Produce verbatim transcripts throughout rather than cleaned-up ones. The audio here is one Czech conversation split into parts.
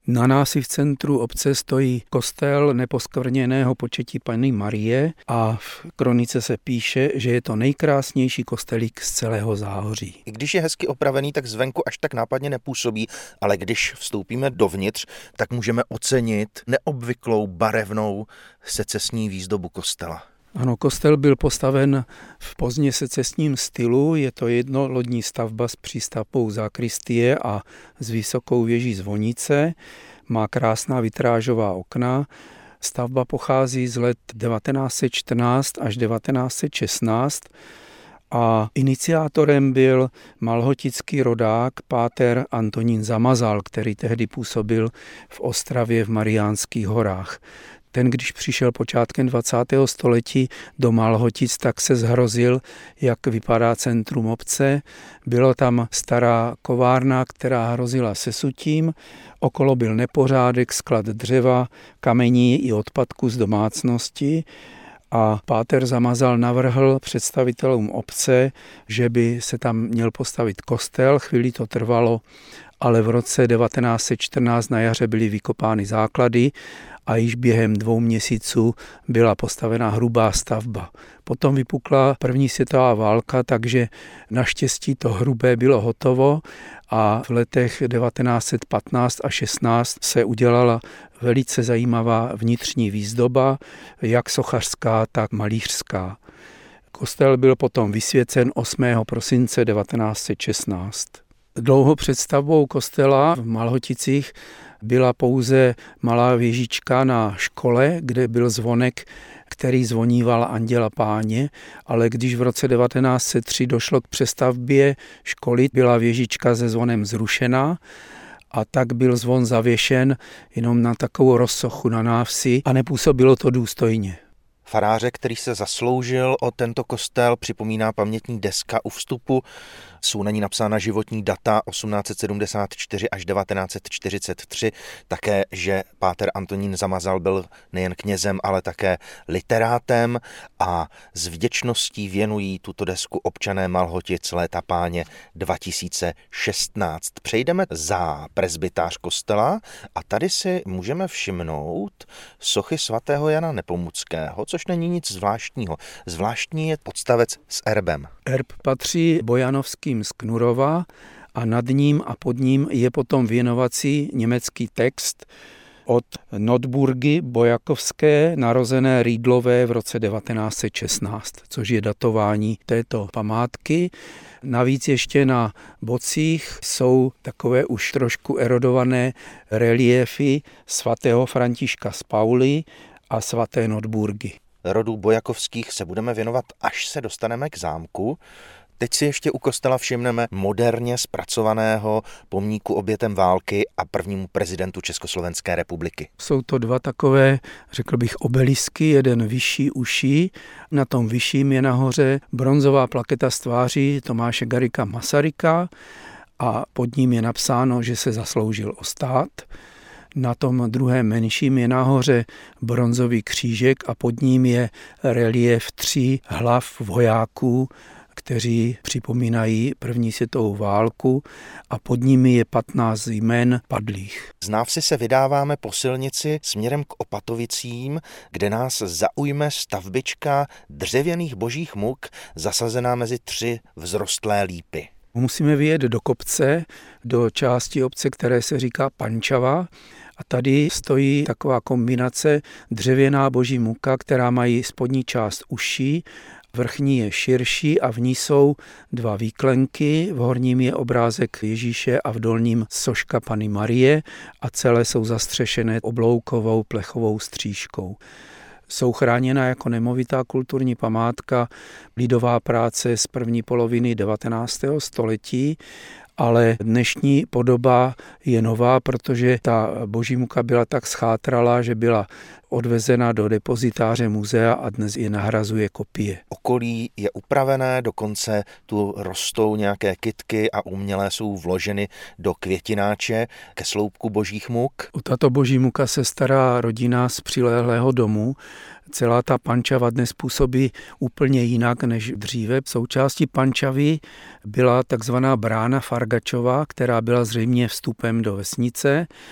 Na nási v centru obce stojí kostel Neposkvrněného Početí Panny Marie a v kronice se píše, že je to nejkrásnější kostelík z celého Záhoří. I když je hezky opravený, tak zvenku až tak nápadně nepůsobí, ale když vstoupíme dovnitř, tak můžeme ocenit neobvyklou barevnou secesní výzdobu kostela. Ano, kostel byl postaven v pozdně secesním stylu, je to jednolodní stavba s přístavbou sakristie a s vysokou věží zvonice, má krásná vitrážová okna. Stavba pochází z let devatenáct set čtrnáct až devatenáct set šestnáct a iniciátorem byl malhotický rodák páter Antonín Zamazal, který tehdy působil v Ostravě v Mariánských horách. Ten, když přišel počátkem dvacátého století do Malhotic, tak se zhrozil, jak vypadá centrum obce. Bylo tam stará kovárna, která hrozila sesutím. Okolo byl nepořádek, sklad dřeva, kamení i odpadku z domácnosti. A páter Zamazal navrhl představitelům obce, že by se tam měl postavit kostel. Chvíli to trvalo, ale v roce devatenáct set čtrnáct na jaře byly vykopány základy a již během dvou měsíců byla postavena hrubá stavba. Potom vypukla první světová válka, takže naštěstí to hrubé bylo hotovo a v letech devatenáct set patnáct a šestnáct se udělala velice zajímavá vnitřní výzdoba, jak sochařská, tak malířská. Kostel byl potom vysvěcen osmého prosince devatenáct set šestnáct. Dlouho před stavbou kostela v Malhoticích byla pouze malá věžička na škole, kde byl zvonek, který zvoníval Anděla Páně, ale když v roce devatenáct set tři došlo k přestavbě školy, byla věžička se zvonem zrušena a tak byl zvon zavěšen jenom na takovou rozsochu na návsi a nepůsobilo to důstojně. Faráře, který se zasloužil o tento kostel, připomíná pamětní deska u vstupu. Jsou na ní napsána životní data osmnáct set sedmdesát čtyři až devatenáct set čtyřicet tři. Také, že páter Antonín Zamazal byl nejen knězem, ale také literátem a s vděčností věnují tuto desku občané Malhotic léta páně dva tisíce šestnáct. Přejdeme za presbytář kostela a tady si můžeme všimnout sochy svatého Jana Nepomuckého, což není nic zvláštního. Zvláštní je podstavec s erbem. Erb patří Bojanovským z Knurova a nad ním a pod ním je potom věnovací německý text od Notburgy Bojakovské, narozené Rýdlové v roce devatenáct set šestnáct, což je datování této památky. Navíc ještě na bocích jsou takové už trošku erodované reliéfy svatého Františka z Pauly a svaté Notburgy. Rodu Bojakovských se budeme věnovat, až se dostaneme k zámku. Teď si ještě u kostela všimneme moderně zpracovaného pomníku obětem války a prvnímu prezidentu Československé republiky. Jsou to dva takové, řekl bych, obelisky, jeden vyšší, uší. Na tom vyšším je nahoře bronzová plaketa z tváří Tomáše Garrigua Masaryka a pod ním je napsáno, že se zasloužil o stát. Na tom druhém menším je nahoře bronzový křížek a pod ním je reliéf tří hlav vojáků, kteří připomínají první světovou válku a pod nimi je patnáct jmen padlých. Z Návsi se vydáváme po silnici směrem k Opatovicím, kde nás zaujme stavbička dřevěných božích muk zasazená mezi tři vzrostlé lípy. Musíme vyjet do kopce, do části obce, které se říká Pančava. A tady stojí taková kombinace dřevěná boží muka, která mají spodní část uší, vrchní je širší a v ní jsou dva výklenky, v horním je obrázek Ježíše a v dolním soška Panny Marie a celé jsou zastřešené obloukovou plechovou střížkou. Jsou chráněna jako nemovitá kulturní památka, lidová práce z první poloviny devatenáctého století, ale dnešní podoba je nová, protože ta boží muka byla tak schátralá, že byla odvezena do depozitáře muzea a dnes je nahrazuje kopie. Okolí je upravené, dokonce tu rostou nějaké kytky a umělé jsou vloženy do květináče ke sloupku božích muk. O tato boží muka se stará rodina z přilehlého domu. Celá ta Pančava dnes působí úplně jinak než dříve. Součástí Pančavy byla takzvaná brána Fargačova, která byla zřejmě vstupem do vesnice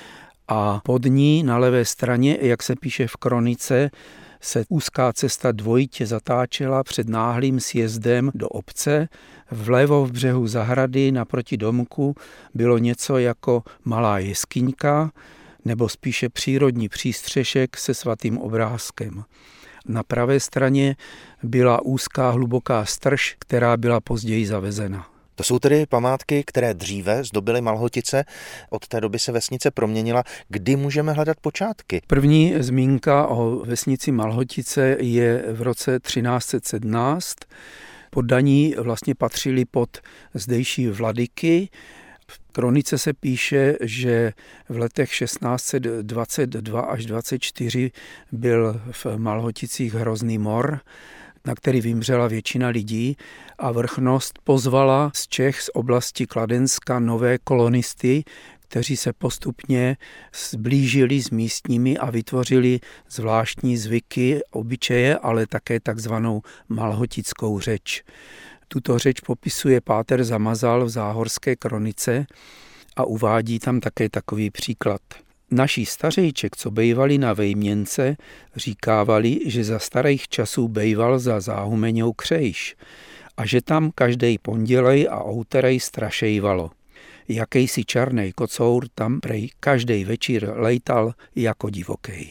a pod ní na levé straně, jak se píše v kronice, se úzká cesta dvojitě zatáčela před náhlým sjezdem do obce. Vlevo v břehu zahrady naproti domku bylo něco jako malá jeskyňka, nebo spíše přírodní přístřešek se svatým obrázkem. Na pravé straně byla úzká hluboká strž, která byla později zavezena. To jsou tedy památky, které dříve zdobily Malhotice, od té doby se vesnice proměnila. Kdy můžeme hledat počátky? První zmínka o vesnici Malhotice je v roce třináct set sedmnáct. Poddaní vlastně patřili pod zdejší vladyky. V kronice se píše, že v letech šestnáct set dvacet dva až dvacet čtyři byl v Malhoticích hrozný mor, na který vymřela většina lidí, a vrchnost pozvala z Čech z oblasti Kladenska nové kolonisty, kteří se postupně sblížili s místními a vytvořili zvláštní zvyky, obyčeje, ale také takzvanou malhotickou řeč. Tuto řeč popisuje páter Zamazal v Záhorské kronice a uvádí tam také takový příklad. Naši stařejček, co bejvali na Vejměnce, říkávali, že za starých časů bejval za Záhumeňou křejš a že tam každej pondělej a outerej strašejvalo. Jakejsi čarnej kocour tam prej každej večír lejtal jako divokej.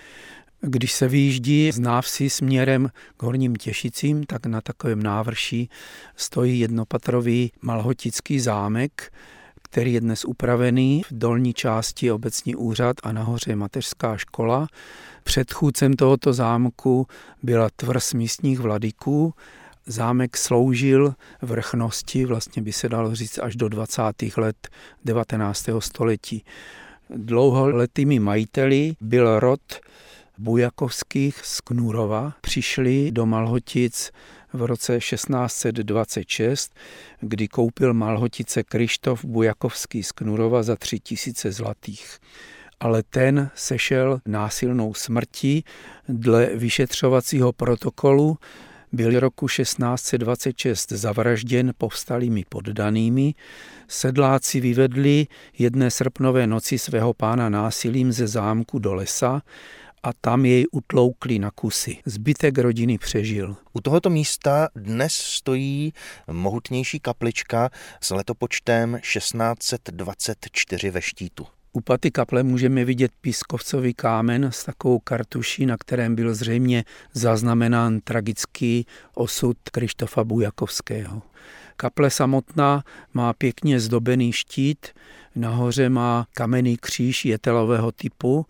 Když se vyjíždí z návsi směrem k Horním Těšicím, tak na takovém návrší stojí jednopatrový malhotický zámek, který je dnes upravený. V dolní části obecní úřad a nahoře mateřská škola. Předchůdcem tohoto zámku byla tvrz místních vladyků. Zámek sloužil vrchnosti, vlastně by se dalo říct až do dvacátých let devatenáctého století. Dlouholetými majiteli byl rod Bujakovských z Knurova. Přišli do Malhotic v roce šestnáct set dvacet šest, kdy koupil Malhotice Kryštof Bujakovský z Knurova za tři tisíce zlatých. Ale ten sešel násilnou smrtí. Dle vyšetřovacího protokolu byl roku šestnáct set dvacet šest zavražděn povstalými poddanými. Sedláci vyvedli jedné srpnové noci svého pána násilím ze zámku do lesa a tam jej utloukli na kusy. Zbytek rodiny přežil. U tohoto místa dnes stojí mohutnější kaplička s letopočtem šestnáct set dvacet čtyři ve štítu. U paty kaple můžeme vidět pískovcový kámen s takovou kartuší, na kterém byl zřejmě zaznamenán tragický osud Kryštofa Bujakovského. Kaple samotná má pěkně zdobený štít, nahoře má kamenný kříž jetelového typu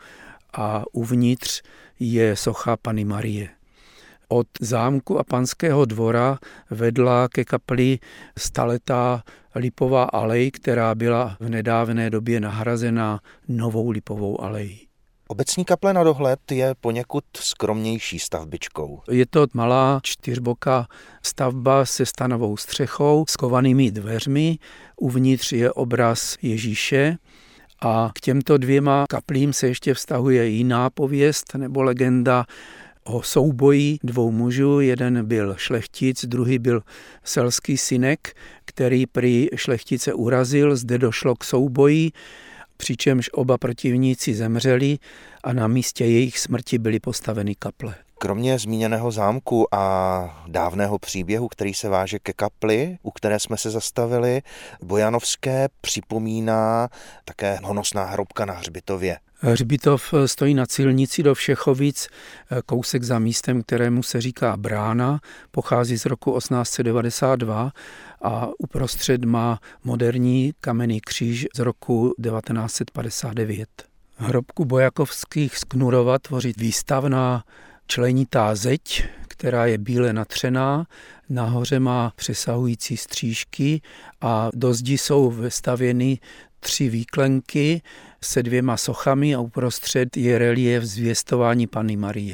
a uvnitř je socha Panny Marie. Od zámku a panského dvora vedla ke kapli staletá lipová alej, která byla v nedávné době nahrazena novou lipovou alejí. Obecní kaple na dohled je poněkud skromnější stavbičkou. Je to malá čtyřboká stavba se stanovou střechou, s kovanými dveřmi. Uvnitř je obraz Ježíše. A k těmto dvěma kaplím se ještě vztahuje jiná pověst nebo legenda o souboji dvou mužů. Jeden byl šlechtic, druhý byl selský synek, který prý šlechtice urazil. Zde došlo k souboji, přičemž oba protivníci zemřeli a na místě jejich smrti byly postaveny kaple. Kromě zmíněného zámku a dávného příběhu, který se váže ke kapli, u které jsme se zastavili, Bojanovské připomíná také honosná hrobka na hřbitově. Hřbitov stojí na Cilnici do Všechovic, kousek za místem, kterému se říká Brána, pochází z roku osmnáct set devadesát dva a uprostřed má moderní kamenný kříž z roku devatenáct set padesát devět. Hrobku Bojakovských z Knurova tvoří výstavná členitá zeď, která je bíle natřená, nahoře má přesahující střížky a do zdi jsou vestavěny tři výklenky se dvěma sochami a uprostřed je reliéf Zvěstování Panny Marie.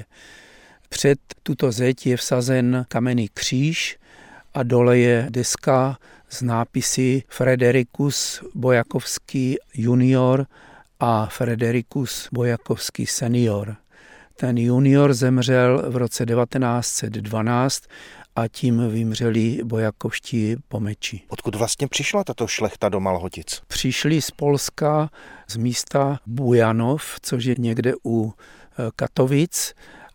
Před tuto zeď je vsazen kamenný kříž a dole je deska s nápisy Frederikus Bojakovský junior a Frederikus Bojakovský senior. Ten junior zemřel v roce devatenáct set dvanáct a tím vymřeli bojakovští pomeči. Odkud vlastně přišla tato šlechta do Malhotic? Přišli z Polska, z místa Bujanov, což je někde u Katovic,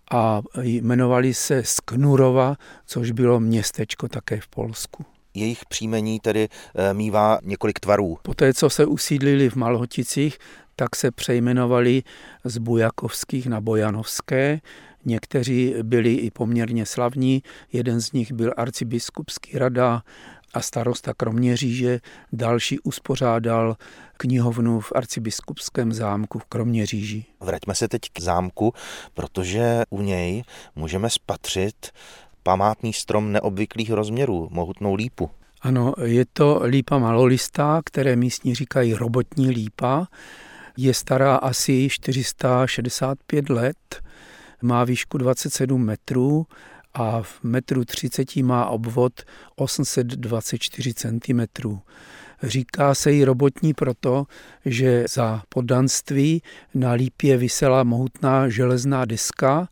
a jmenovali se Sknurova, což bylo městečko také v Polsku. Jejich příjmení tedy mívá několik tvarů. Poté, co se usídlili v Malhoticích, tak se přejmenovali z bujakovských na bojanovské. Někteří byli i poměrně slavní, jeden z nich byl arcibiskupský rada a starosta Kroměříže, další uspořádal knihovnu v arcibiskupském zámku v Kroměříži. Vraťme se teď k zámku, protože u něj můžeme spatřit památný strom neobvyklých rozměrů, mohutnou lípu. Ano, je to lípa malolistá, které místní říkají robotní lípa. Je stará asi čtyři sta šedesát pět let, má výšku dvacet sedm metrů a v metru třicet má obvod osm set dvacet čtyři centimetrů. Říká se jí robotní proto, že za poddanství na lípě visela mohutná železná deska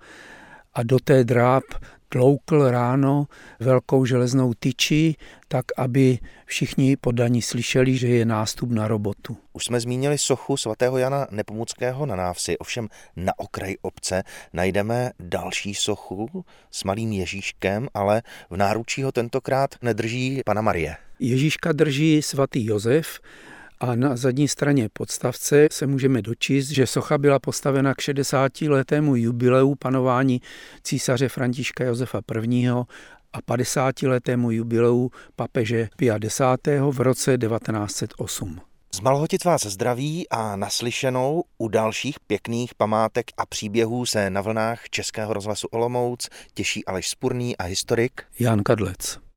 a do té dráb tloukl ráno velkou železnou tyči, tak aby všichni poddaní slyšeli, že je nástup na robotu. Už jsme zmínili sochu svatého Jana Nepomuckého na návsi, ovšem na okraji obce najdeme další sochu s malým Ježíškem, ale v náručí ho tentokrát nedrží Panna Marie. Ježíška drží svatý Josef a na zadní straně podstavce se můžeme dočíst, že socha byla postavena k šedesátiletému jubileu panování císaře Františka Josefa prvního a padesátiletému jubileu papeže Pia desátého v roce devatenáct set osm. Z Malhotic vás zdraví a naslyšenou u dalších pěkných památek a příběhů se na vlnách Českého rozhlasu Olomouc těší Aleš Spurný a historik Jan Kadlec.